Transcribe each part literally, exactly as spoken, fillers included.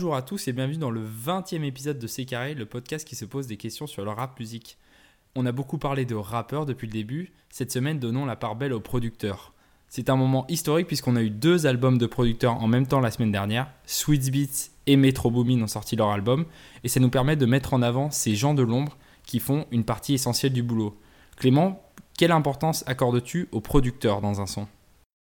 Bonjour à tous et bienvenue dans le vingtième épisode de C'est Carré, le podcast qui se pose des questions sur le rap musique. On a beaucoup parlé de rappeurs depuis le début, cette semaine donnons la part belle aux producteurs. C'est un moment historique puisqu'on a eu deux albums de producteurs en même temps la semaine dernière. Swizz Beatz et Metro Boomin ont sorti leur album et ça nous permet de mettre en avant ces gens de l'ombre qui font une partie essentielle du boulot. Clément, quelle importance accordes-tu aux producteurs dans un son ?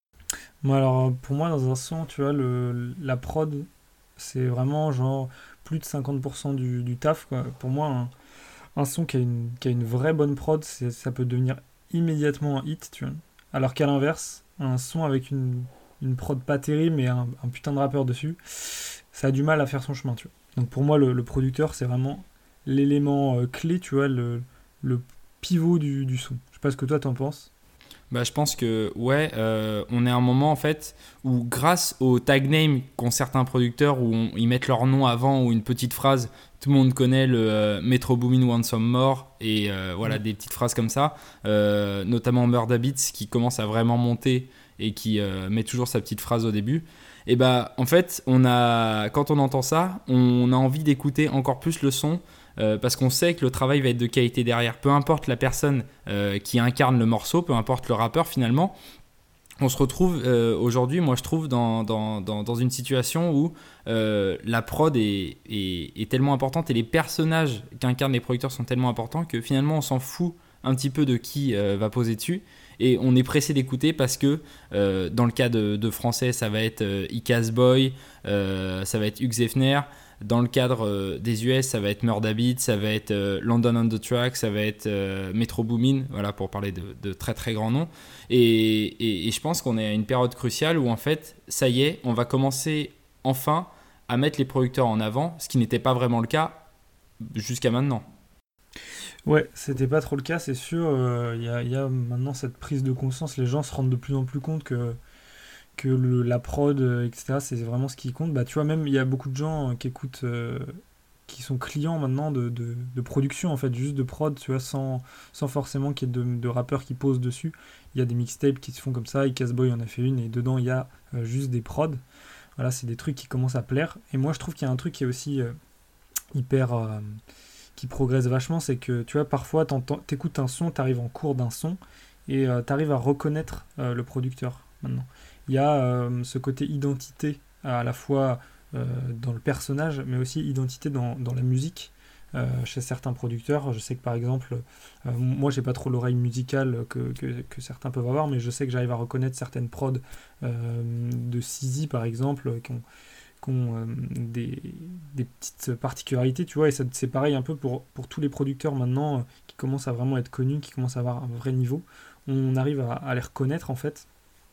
Moi, alors, pour moi, dans un son, tu vois, le, la prod, c'est vraiment genre plus de cinquante pour cent du, du taf, quoi. Pour moi, un, un son qui a, une, qui a une vraie bonne prod, c'est, ça peut devenir immédiatement un hit, tu vois. Alors qu'à l'inverse, un son avec une, une prod pas terrible mais un, un putain de rappeur dessus, ça a du mal à faire son chemin, tu vois. Donc pour moi, le, le producteur, c'est vraiment l'élément euh, clé, tu vois, le, le pivot du, du son. Je sais pas ce que toi t'en penses. Bah, je pense que ouais, euh, on est à un moment en fait où grâce au tag name qu'ont certains producteurs où on, ils mettent leur nom avant ou une petite phrase, tout le monde connaît le euh, Metro Boomin Want Some More et euh, voilà mmh. des petites phrases comme ça, euh, notamment Murda Beats qui commence à vraiment monter et qui euh, met toujours sa petite phrase au début. Et bah en fait, on a, quand on entend ça, on a envie d'écouter encore plus le son. Euh, parce qu'on sait que le travail va être de qualité derrière. Peu importe la personne euh, qui incarne le morceau, peu importe le rappeur finalement, on se retrouve euh, aujourd'hui, moi je trouve, dans, dans, dans, dans une situation où euh, la prod est, est, est tellement importante et les personnages qu'incarnent les producteurs sont tellement importants que finalement on s'en fout un petit peu de qui euh, va poser dessus. Et on est pressé d'écouter parce que euh, dans le cas de, de français, ça va être euh, Icaz Boy, euh, ça va être Hugh Hefner. Dans le cadre euh, des U S, ça va être Murda Beats, ça va être euh, London on the Track, ça va être euh, Metro Boomin, voilà, pour parler de, de très très grands noms. Et, et, et je pense qu'on est à une période cruciale où en fait, ça y est, on va commencer enfin à mettre les producteurs en avant, ce qui n'était pas vraiment le cas jusqu'à maintenant. Ouais, c'était pas trop le cas, c'est sûr. Il euh, y, a, y a maintenant cette prise de conscience, les gens se rendent de plus en plus compte que que le, la prod, et cetera, c'est vraiment ce qui compte. Bah, tu vois, même, il y a beaucoup de gens qui écoutent, euh, qui sont clients maintenant de, de, de production, en fait, juste de prod, tu vois, sans, sans forcément qu'il y ait de, de rappeurs qui posent dessus. Il y a des mixtapes qui se font comme ça, Icaz Boy en a fait une, et dedans, il y a euh, juste des prods. Voilà, c'est des trucs qui commencent à plaire. Et moi, je trouve qu'il y a un truc qui est aussi euh, hyper... Euh, qui progresse vachement, c'est que, tu vois, parfois, t'écoutes un son, t'arrives en cours d'un son, et euh, t'arrives à reconnaître euh, le producteur, maintenant. Il y a euh, ce côté identité à la fois euh, dans le personnage, mais aussi identité dans, dans la musique euh, chez certains producteurs. Je sais que par exemple, euh, moi j'ai pas trop l'oreille musicale que, que, que certains peuvent avoir, mais je sais que j'arrive à reconnaître certaines prods euh, de Sizi par exemple, qui ont, qui ont euh, des, des petites particularités, tu vois, et ça, c'est pareil un peu pour, pour tous les producteurs maintenant euh, qui commencent à vraiment être connus, qui commencent à avoir un vrai niveau. On arrive à, à les reconnaître en fait.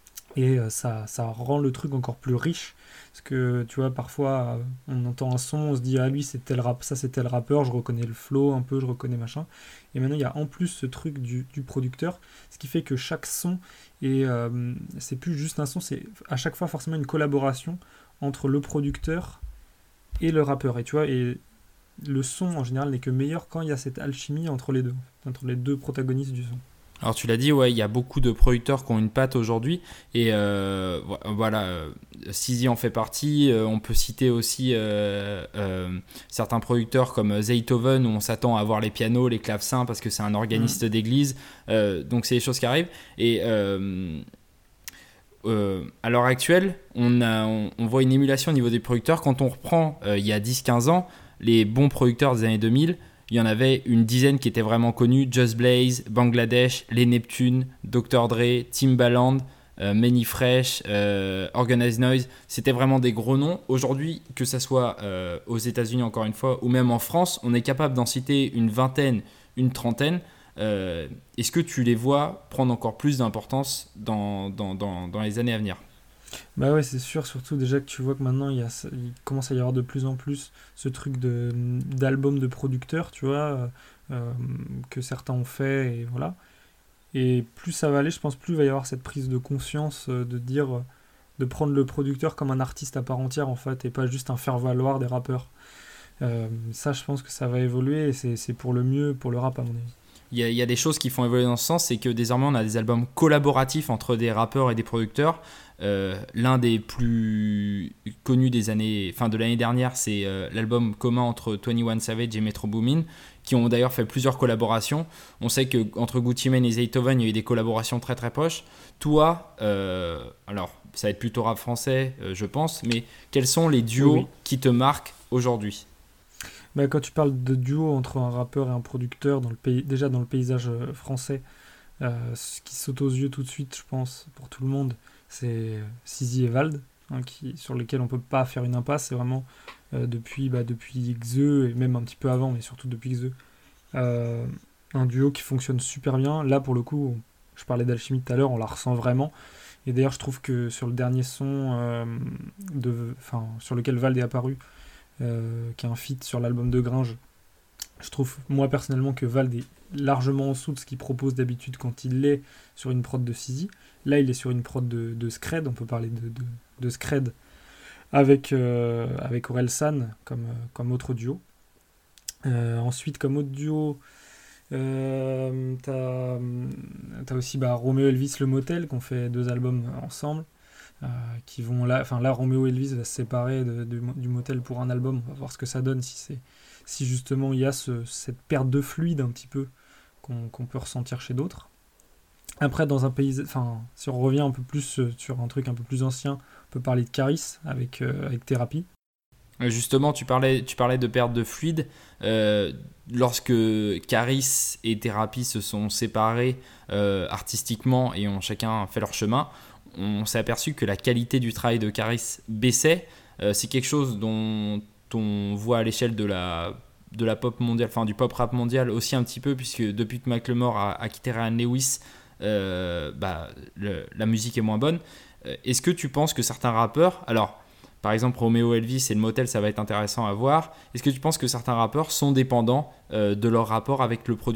Et ça, ça rend le truc encore plus riche. Parce que, tu vois, parfois, on entend un son, on se dit « Ah, lui, c'est tel rap, ça, c'est tel rappeur, je reconnais le flow un peu, je reconnais machin. » Et maintenant, il y a en plus ce truc du, du producteur, ce qui fait que chaque son, est, euh, c'est plus juste un son, c'est à chaque fois forcément une collaboration entre le producteur et le rappeur. Et tu vois, et le son, en général, n'est que meilleur quand il y a cette alchimie entre les deux, entre les deux protagonistes du son. Alors tu l'as dit, ouais, il y a beaucoup de producteurs qui ont une patte aujourd'hui et euh, voilà, euh, Sizi en fait partie. Euh, on peut citer aussi euh, euh, certains producteurs comme Zaytoven où on s'attend à voir les pianos, les clavecins parce que c'est un organiste mmh. d'église. Euh, donc c'est des choses qui arrivent et euh, euh, à l'heure actuelle, on, a, on, on voit une émulation au niveau des producteurs. Quand on reprend euh, il y a dix quinze ans, les bons producteurs des années deux mille, il y en avait une dizaine qui étaient vraiment connus. Just Blaze, Bangladesh, Les Neptunes, docteur Dre, Timbaland, euh, Manny Fresh, euh, Organized Noise. C'était vraiment des gros noms. Aujourd'hui, que ce soit euh, aux États-Unis encore une fois, ou même en France, on est capable d'en citer une vingtaine, une trentaine. Euh, est-ce que tu les vois prendre encore plus d'importance dans, dans, dans, dans les années à venir ? Bah ouais, c'est sûr, surtout déjà que tu vois que maintenant il, y a, il commence à y avoir de plus en plus ce truc de, d'albums de producteurs, tu vois, euh, que certains ont fait, et voilà. Et plus ça va aller, je pense, plus il va y avoir cette prise de conscience euh, de dire, de prendre le producteur comme un artiste à part entière en fait, et pas juste un faire-valoir des rappeurs. Euh, ça, je pense que ça va évoluer, et c'est, c'est pour le mieux, pour le rap à mon avis. il y, a, il y a des choses qui font évoluer dans ce sens, c'est que désormais on a des albums collaboratifs entre des rappeurs et des producteurs. Euh, l'un des plus connus des années, enfin de l'année dernière, c'est euh, l'album commun entre vingt et un Savage et Metro Boomin, qui ont d'ailleurs fait plusieurs collaborations. On sait qu'entre Gucci Mane et Zaytoven, il y a eu des collaborations très très proches. Toi, euh, alors ça va être plutôt rap français, euh, je pense, mais quels sont les duos oui, oui. qui te marquent aujourd'hui ? Bah, quand tu parles de duo entre un rappeur et un producteur, dans le pays, déjà dans le paysage français, euh, ce qui saute aux yeux tout de suite, je pense, pour tout le monde, c'est Sisi et Vald, hein, qui, sur lesquels on ne peut pas faire une impasse. C'est vraiment euh, depuis, bah, depuis X E, et même un petit peu avant, mais surtout depuis X E, euh, un duo qui fonctionne super bien. Là, pour le coup, on, je parlais d'Alchimie tout à l'heure, on la ressent vraiment. Et d'ailleurs, je trouve que sur le dernier son euh, de, sur lequel Vald est apparu, Euh, qui est un feat sur l'album de Gringe, je trouve moi personnellement que Vald est largement en dessous de ce qu'il propose d'habitude quand il est sur une prod de Sisi. Là il est sur une prod de, de Scred, on peut parler de, de, de Scred avec, euh, avec Orelsan comme, comme autre duo. Euh, ensuite comme autre duo euh, t'as, t'as aussi bah, Roméo Elvis Le Motel qui ont fait deux albums ensemble. Euh, qui vont là, enfin là Roméo Elvis va se séparer de, de, du motel pour un album, on va voir ce que ça donne, si, c'est, si justement il y a ce, cette perte de fluide un petit peu qu'on, qu'on peut ressentir chez d'autres. Après dans un pays, enfin si on revient un peu plus sur un truc un peu plus ancien, on peut parler de Caris avec, euh, avec Thérapie. Justement, tu parlais, tu parlais de perte de fluide. Euh, lorsque Caris et Thérapie se sont séparés euh, artistiquement et ont chacun fait leur chemin, on s'est aperçu que la qualité du travail de Caris baissait. Euh, c'est quelque chose dont on voit à l'échelle de la, de la pop mondiale, enfin du pop rap mondial aussi un petit peu, puisque depuis que Macklemore a, a quitté Ryan Lewis, euh, bah, le, la musique est moins bonne. Euh, est-ce que tu penses que certains rappeurs, alors par exemple Roméo Elvis et le Motel, ça va être intéressant à voir, est-ce que tu penses que certains rappeurs sont dépendants euh, de leur rapport avec le producteur ?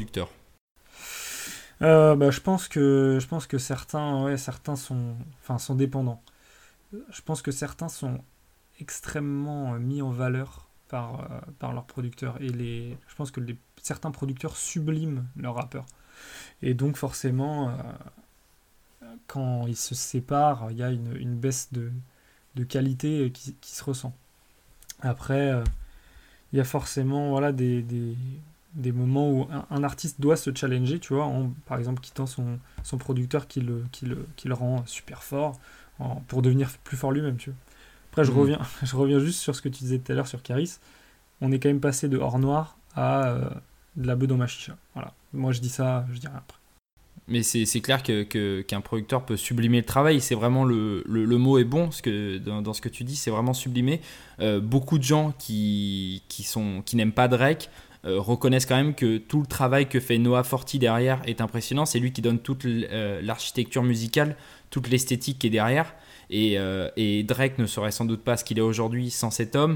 Euh, bah, je pense que je pense que certains ouais certains sont enfin sont dépendants. Je pense que certains sont extrêmement mis en valeur par euh, par leurs producteurs et les je pense que les certains producteurs subliment leurs rappeurs. Et donc forcément euh, quand ils se séparent, il y a une, une baisse de de qualité qui, qui se ressent. Après euh, il y a forcément voilà des, des des moments où un, un artiste doit se challenger, tu vois, en, par exemple quittant son, son producteur qui le, qui, le, qui le rend super fort en, pour devenir plus fort lui-même, tu vois. Après, je, mmh. reviens, je reviens juste sur ce que tu disais tout à l'heure sur Caris. On est quand même passé de Hors Noir à euh, de la beuh dans ma chicha. Voilà. Moi, je dis ça, je dis rien après. Mais c'est, c'est clair que, que, qu'un producteur peut sublimer le travail. C'est vraiment le, le, le mot est bon, parce que dans, dans ce que tu dis, c'est vraiment sublimé. Euh, beaucoup de gens qui, qui, sont, qui n'aiment pas Drake Euh, reconnaissent quand même que tout le travail que fait Noah Forti derrière est impressionnant. C'est lui qui donne toute l'architecture musicale, toute l'esthétique qui est derrière. Et, euh, et Drake ne serait sans doute pas ce qu'il est aujourd'hui sans cet homme.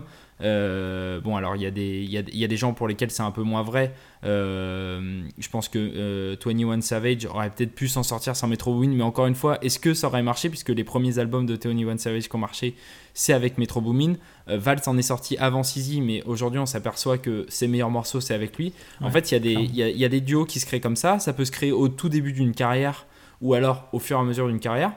Euh, bon, alors il y, y, y a des gens pour lesquels c'est un peu moins vrai. Euh, je pense que euh, vingt et un Savage aurait peut-être pu s'en sortir sans Metro Boomin, mais encore une fois, est-ce que ça aurait marché, puisque les premiers albums de vingt et un Savage qui ont marché, c'est avec Metro Boomin. euh, Vald s'en est sorti avant Sisi, mais aujourd'hui on s'aperçoit que ses meilleurs morceaux c'est avec lui. Ouais, en fait, il y, y, a, y a des duos qui se créent comme ça. Ça peut se créer au tout début d'une carrière ou alors au fur et à mesure d'une carrière.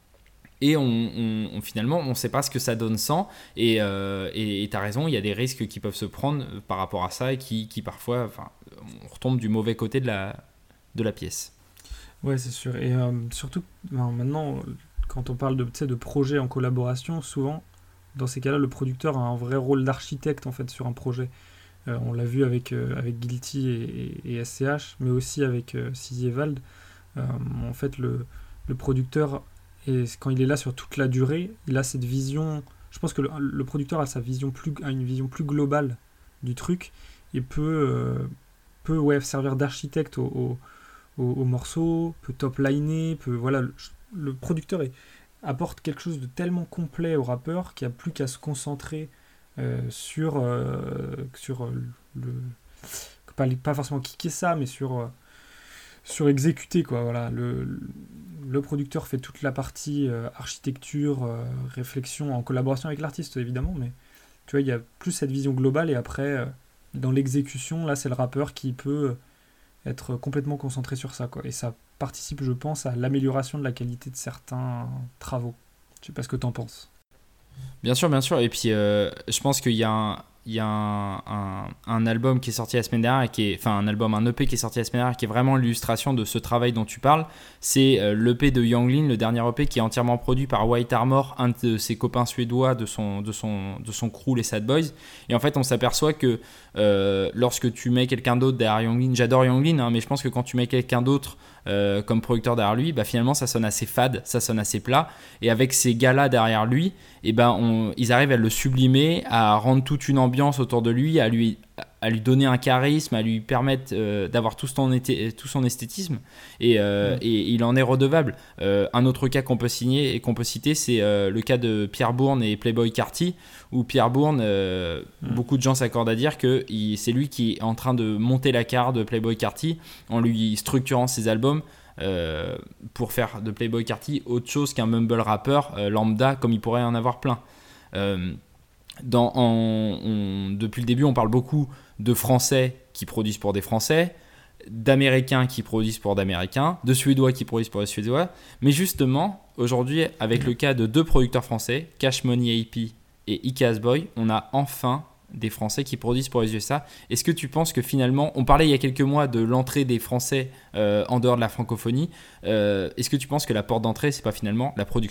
Et on, on, on, finalement, on ne sait pas ce que ça donne sans. Et euh, tu as raison, il y a des risques qui peuvent se prendre par rapport à ça et qui, qui parfois, enfin, on retombe du mauvais côté de la, de la pièce. Ouais, c'est sûr. Et euh, surtout, ben, maintenant, quand on parle de, de projets en collaboration, souvent, dans ces cas-là, le producteur a un vrai rôle d'architecte en fait, sur un projet. Euh, on l'a vu avec, euh, avec Guilty et, et, et S C H, mais aussi avec euh, Sisi et Vald. Euh, en fait, le, le producteur... Et quand il est là sur toute la durée, il a cette vision. Je pense que le, le producteur a sa vision plus, a une vision plus globale du truc et peut, euh, peut ouais, servir d'architecte au, au, au, au morceau, peut top-liner, peut voilà. Le, le producteur est, apporte quelque chose de tellement complet au rappeur qu'il n'y a plus qu'à se concentrer euh, sur euh, sur le pas, pas forcément kicker ça, mais sur euh, sur exécuter quoi. Voilà le Le producteur fait toute la partie euh, architecture, euh, réflexion, en collaboration avec l'artiste évidemment, mais tu vois, il y a plus cette vision globale et après, euh, dans l'exécution, là c'est le rappeur qui peut être complètement concentré sur ça, quoi. Et ça participe, je pense, à l'amélioration de la qualité de certains travaux. Je sais pas ce que t'en penses. Bien sûr, bien sûr. Et puis, euh, je pense qu'il y a un, il y a un, un, un album qui est sorti la semaine dernière, qui est, enfin un album, un E P qui est sorti la semaine dernière, qui est vraiment l'illustration de ce travail dont tu parles. C'est euh, l'E P de Younglin, le dernier E P qui est entièrement produit par White Armor, un de ses copains suédois de son, de son, de son crew, les Sad Boys. Et en fait, on s'aperçoit que euh, lorsque tu mets quelqu'un d'autre derrière Younglin, j'adore Younglin, hein, mais je pense que quand tu mets quelqu'un d'autre euh, comme producteur derrière lui, bah, finalement, ça sonne assez fade, ça sonne assez plat. Et avec ces gars-là derrière lui, et ben on, ils arrivent à le sublimer, à rendre toute une ambiance autour de lui, à lui, à lui donner un charisme, à lui permettre euh, d'avoir tout son, été, tout son esthétisme, et, euh, mmh. et il en est redevable. Euh, un autre cas qu'on peut signer et qu'on peut citer, c'est euh, le cas de Pierre Bourne et Playboi Carti, où Pierre Bourne, euh, mmh. beaucoup de gens s'accordent à dire que il, c'est lui qui est en train de monter la carte de Playboi Carti en lui structurant ses albums. Euh, pour faire de Playboi Carti autre chose qu'un mumble rappeur euh, lambda comme il pourrait en avoir plein. Euh, dans, en, on, depuis le début, on parle beaucoup de Français qui produisent pour des Français, d'Américains qui produisent pour d'Américains, de Suédois qui produisent pour des Suédois. Mais justement, aujourd'hui, avec le cas de deux producteurs français, Cash Money A P et Icaz Boy, on a enfin des Français qui produisent pour les U S A. Est-ce que tu penses que finalement, on parlait il y a quelques mois de l'entrée des Français euh, en dehors de la francophonie, euh, est-ce que tu penses que la porte d'entrée, c'est pas finalement la production ?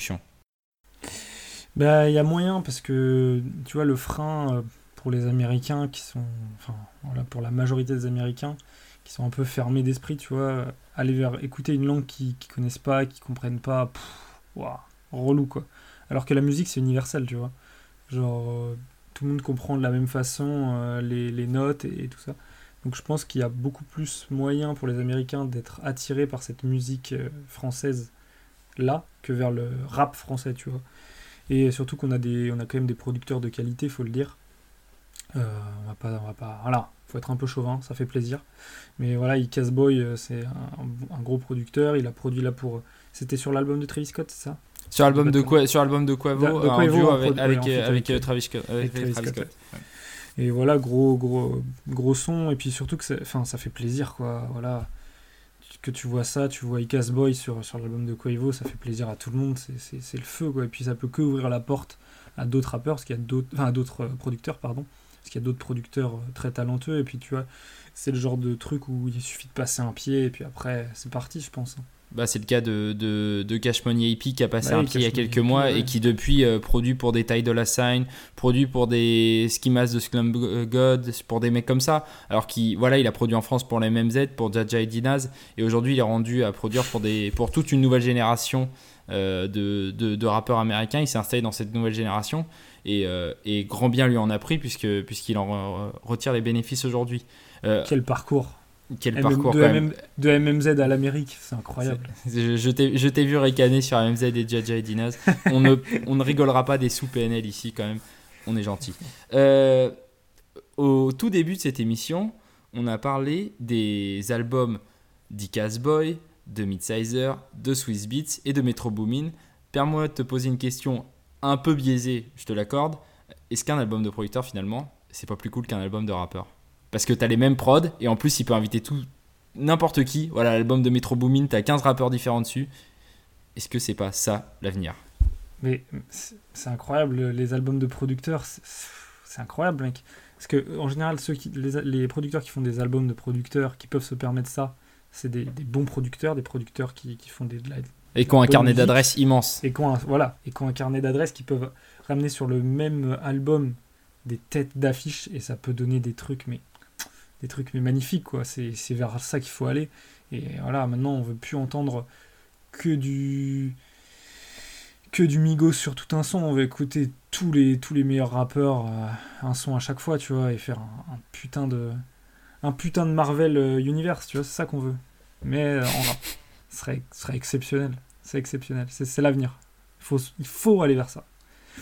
Bah, il y a moyen parce que tu vois le frein pour les Américains qui sont, enfin voilà, pour la majorité des Américains qui sont un peu fermés d'esprit, tu vois, aller vers écouter une langue qu'ils qui connaissent pas, qu'ils comprennent pas, pff, waouh, relou quoi. Alors que la musique c'est universel, tu vois, genre euh, tout le monde comprend de la même façon euh, les, les notes et, et tout ça. Donc je pense qu'il y a beaucoup plus moyen pour les Américains d'être attirés par cette musique euh, française là que vers le rap français, tu vois. Et surtout qu'on a des, on a quand même des producteurs de qualité, faut le dire. Euh, on va pas, on va pas, voilà, faut être un peu chauvin, ça fait plaisir. Mais voilà, Icaz Boy, c'est un, un gros producteur. Il a produit là pour, c'était sur l'album de Travis Scott, c'est ça ? Sur l'album de quoi, sur l'album de Quavo, de, de Quavo en duo en avec, produ- avec, ouais, en avec, avec, Travis Scott. Avec Travis Travis Scott. Scott. Ouais. Et voilà, gros, gros, gros son. Et puis surtout que, enfin, ça fait plaisir, quoi. Voilà, que tu vois ça, tu vois Icaz Boy sur sur l'album de Quavo, ça fait plaisir à tout le monde. C'est c'est c'est le feu, quoi. Et puis ça peut que ouvrir la porte à d'autres rappeurs, parce qu'il y a d'autres, enfin à d'autres euh, producteurs, pardon, parce qu'il y a d'autres producteurs euh, très talentueux. Et puis tu vois, c'est le genre de truc où il suffit de passer un pied et puis après c'est parti, je pense. Bah, c'est le cas de, de, de Cash Money A P qui a passé bah un oui, pied il y a Cash quelques Money mois A P, ouais. et qui depuis euh, produit pour des Ty Dolla Sign, produit pour des Skimas de Slum God, pour des mecs comme ça. Alors qu'il voilà, il a produit en France pour les M M Z, pour Jaja et Dinaz, et aujourd'hui il est rendu à produire pour, des, pour toute une nouvelle génération euh, de, de, de rappeurs américains. Il s'est installé dans cette nouvelle génération et, euh, et grand bien lui en a pris puisque, puisqu'il en retire les bénéfices aujourd'hui. Euh, Quel parcours! Quel M- parcours de, quand M M, même. de M M Z à l'Amérique, c'est incroyable. C'est- je, je, t'ai, je t'ai vu ricaner sur M M Z et Jaja et Dinaz. On ne, on ne rigolera pas des sous P N L ici quand même. On est gentil. Euh, au tout début de cette émission, on a parlé des albums d'Icaz Boy, de Midsizer, de Swizz Beatz et de Metro Boomin. Permets-moi de te poser une question un peu biaisée, je te l'accorde. Est-ce qu'un album de producteur finalement, c'est pas plus cool qu'un album de rappeur ? Parce que t'as les mêmes prods et en plus il peut inviter tout, n'importe qui. Voilà, l'album de Metro Boomin, t'as quinze rappeurs différents dessus. Est-ce que c'est pas ça l'avenir ? Mais c'est, c'est incroyable, les albums de producteurs, c'est, c'est incroyable, mec. Parce que en général, ceux qui, les, les producteurs qui font des albums de producteurs, qui peuvent se permettre ça, c'est des, des bons producteurs, des producteurs qui, qui font des, de la, et qui ont un carnet musique, d'adresses immense. Et qui ont un, voilà, et qui ont un carnet d'adresses qui peuvent ramener sur le même album des têtes d'affiches et ça peut donner des trucs, mais des trucs mais magnifiques, quoi. C'est, c'est vers ça qu'il faut aller. Et voilà, maintenant on veut plus entendre que du que du Migos sur tout un son. On veut écouter tous les tous les meilleurs rappeurs euh, un son à chaque fois, tu vois, et faire un, un putain de un putain de Marvel euh, Universe, tu vois, c'est ça qu'on veut. Mais euh, en rap, ce serait ce serait exceptionnel. C'est exceptionnel. C'est, c'est l'avenir. Il faut il faut aller vers ça.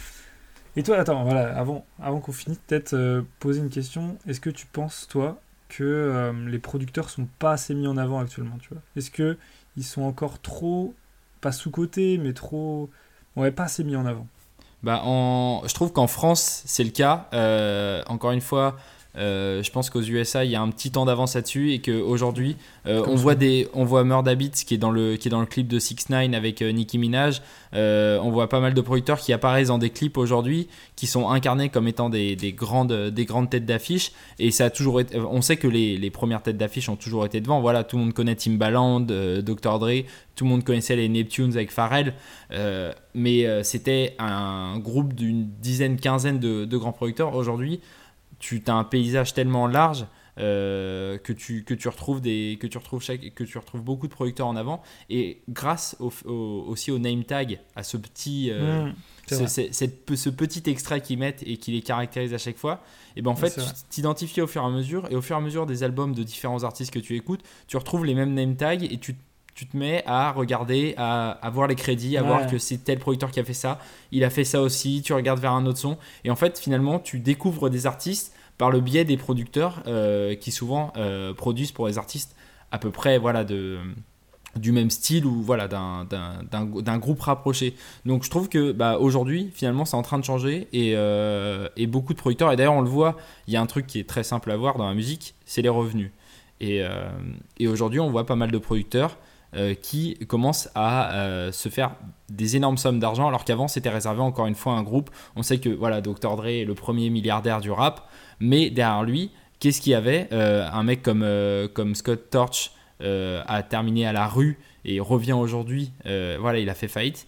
Et toi, attends, voilà, avant, avant qu'on finisse, peut-être euh, poser une question. Est-ce que tu penses, toi, que euh, les producteurs sont pas assez mis en avant actuellement, tu vois ? Est-ce que ils sont encore trop, pas sous-cotés, mais trop, ouais, pas assez mis en avant ? Bah, en... Je trouve qu'en France, c'est le cas. Euh, encore une fois, Euh, je pense qu'aux U S A il y a un petit temps d'avance là-dessus et qu'aujourd'hui euh, on voit des on voit Murda Beats qui est dans le qui est dans le clip de six ix avec euh, Nicki Minaj. Euh, on voit pas mal de producteurs qui apparaissent dans des clips aujourd'hui qui sont incarnés comme étant des, des grandes des grandes têtes d'affiche, et ça a toujours été, on sait que les, les premières têtes d'affiche ont toujours été devant. Voilà, tout le monde connaît Timbaland, euh, docteur Dre, tout le monde connaissait les Neptunes avec Pharrell, euh, mais euh, c'était un groupe d'une dizaine quinzaine de, de grands producteurs. Aujourd'hui tu as un paysage tellement large euh, que, tu, que, tu retrouves des, que, tu retrouves chaque, que tu retrouves beaucoup de producteurs en avant. Et grâce au, au, aussi au name tag, à ce petit, euh, mmh, ce, cette, cette, ce petit extrait qu'ils mettent et qui les caractérise à chaque fois, et ben en fait, tu t'identifies au fur et à mesure. Et au fur et à mesure des albums de différents artistes que tu écoutes, tu retrouves les mêmes name tags et tu tu te mets à regarder, à, à voir les crédits, à ouais. voir que c'est tel producteur qui a fait ça, il a fait ça aussi, tu regardes vers un autre son, et en fait finalement tu découvres des artistes par le biais des producteurs euh, qui souvent euh, produisent pour des artistes à peu près voilà, de, du même style ou voilà, d'un, d'un, d'un, d'un groupe rapproché. Donc je trouve que bah, aujourd'hui finalement c'est en train de changer, et, euh, et beaucoup de producteurs, et d'ailleurs on le voit, il y a un truc qui est très simple à voir dans la musique, c'est les revenus. Et, euh, et aujourd'hui on voit pas mal de producteurs Euh, qui commencent à euh, se faire des énormes sommes d'argent, alors qu'avant c'était réservé encore une fois à un groupe. On sait que voilà, docteur Dre est le premier milliardaire du rap, mais derrière lui, qu'est-ce qu'il y avait euh, un mec comme, euh, comme Scott Storch euh, a terminé à la rue et revient aujourd'hui, euh, voilà, il a fait faillite.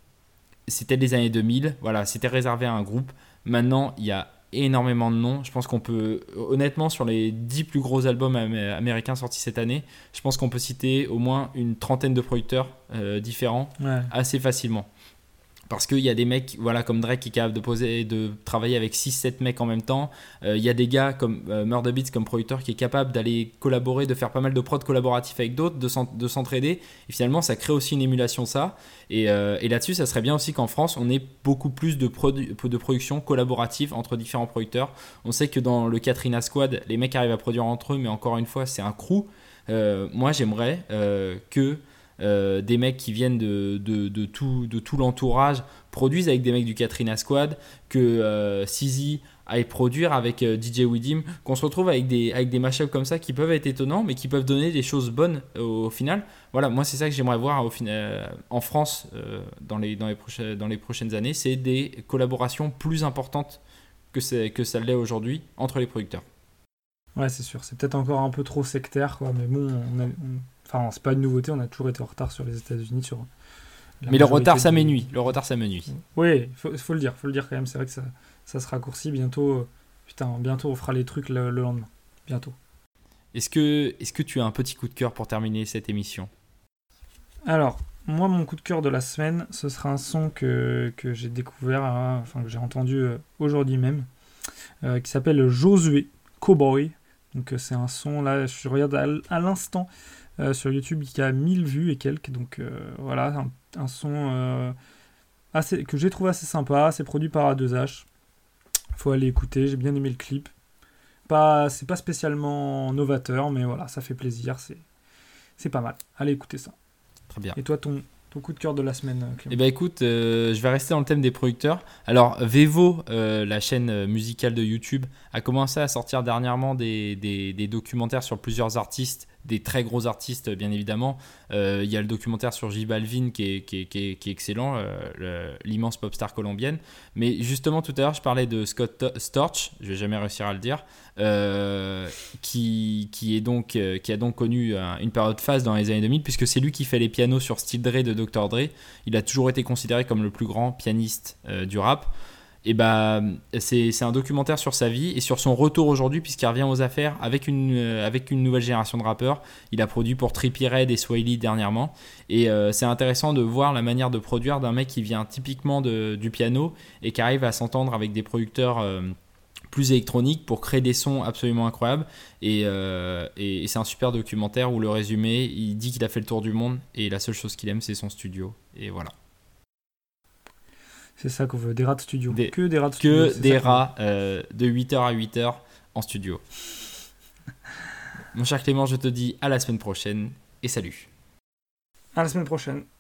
C'était les années deux mille, voilà, c'était réservé à un groupe. Maintenant, il y a énormément de noms. Je pense qu'on peut, honnêtement, sur les dix plus gros albums am- américains sortis cette année, je pense qu'on peut citer au moins une trentaine de producteurs euh, différents ouais. assez facilement. Parce qu'il y a des mecs voilà, comme Drake qui est capable de, poser, de travailler avec six sept mecs en même temps. Il euh, y a des gars comme euh, Murda Beats comme producteur qui est capable d'aller collaborer, de faire pas mal de prods collaboratifs avec d'autres, de, s'en, de s'entraider. Et finalement, ça crée aussi une émulation de ça. Et, euh, et là-dessus, ça serait bien aussi qu'en France, on ait beaucoup plus de, produ- de production collaborative entre différents producteurs. On sait que dans le Katrina Squad, les mecs arrivent à produire entre eux, mais encore une fois, c'est un crew. Euh, moi, j'aimerais euh, que... Euh, des mecs qui viennent de, de, de, tout, de tout l'entourage produisent avec des mecs du Katrina Squad, que euh, Sizi aille produire avec euh, D J Widim, qu'on se retrouve avec des, avec des mashups comme ça qui peuvent être étonnants mais qui peuvent donner des choses bonnes au, au final. Voilà, moi c'est ça que j'aimerais voir au fin, euh, en France euh, dans, les, dans, les prochaines, dans les prochaines années, c'est des collaborations plus importantes que, c'est, que ça l'est aujourd'hui entre les producteurs. Ouais, c'est sûr, c'est peut-être encore un peu trop sectaire, quoi, mais bon, on a, on... Enfin, c'est pas une nouveauté, on a toujours été en retard sur les États-Unis. Sur Mais le retard, ça m'ennuie. Le retard, ça m'ennuie. Oui, il faut, faut le dire, faut le dire quand même. C'est vrai que ça, ça se raccourcit bientôt. Euh, putain, bientôt on fera les trucs le, le lendemain. Bientôt. Est-ce que, est-ce que tu as un petit coup de cœur pour terminer cette émission ? Alors, moi, mon coup de cœur de la semaine, ce sera un son que, que j'ai découvert, euh, enfin que j'ai entendu euh, aujourd'hui même, euh, qui s'appelle Josué Cowboy. Donc euh, c'est un son là, je regarde à, à l'instant. Euh, sur YouTube qui a mille vues et quelques, donc euh, voilà, un, un son euh, assez, que j'ai trouvé assez sympa. C'est produit par A deux H, faut aller écouter, j'ai bien aimé le clip. Pas, c'est pas spécialement novateur, mais voilà, ça fait plaisir, c'est, c'est pas mal. Allez écouter ça. Très bien. Et toi, ton, ton coup de cœur de la semaine, Clément ? Eh ben écoute, euh, je vais rester dans le thème des producteurs. Alors Vevo, euh, la chaîne musicale de YouTube, a commencé à sortir dernièrement des, des, des documentaires sur plusieurs artistes, des très gros artistes bien évidemment. Euh, il y a le documentaire sur J Balvin qui est, qui est, qui est, qui est excellent, euh, le, l'immense pop star colombienne. Mais justement tout à l'heure je parlais de Scott Storch, je vais jamais réussir à le dire, euh, qui, qui, est donc, euh, qui a donc connu un, une période phase dans les années deux mille, puisque c'est lui qui fait les pianos sur Still Dre de docteur Dre. Il a toujours été considéré comme le plus grand pianiste euh, du rap. Et bah, c'est, c'est un documentaire sur sa vie et sur son retour aujourd'hui, puisqu'il revient aux affaires avec une, euh, avec une nouvelle génération de rappeurs. Il a produit pour Trippie Redd et Sway Lee dernièrement. Et euh, c'est intéressant de voir la manière de produire d'un mec qui vient typiquement de, du piano et qui arrive à s'entendre avec des producteurs euh, plus électroniques pour créer des sons absolument incroyables. Et, euh, et, et c'est un super documentaire où le résumé, il dit qu'il a fait le tour du monde et la seule chose qu'il aime, c'est son studio. Et voilà. C'est ça qu'on veut, des rats de studio. Des, que des rats de studio. Que des rats euh, de huit heures à huit heures en studio. Mon cher Clément, je te dis à la semaine prochaine et salut. À la semaine prochaine.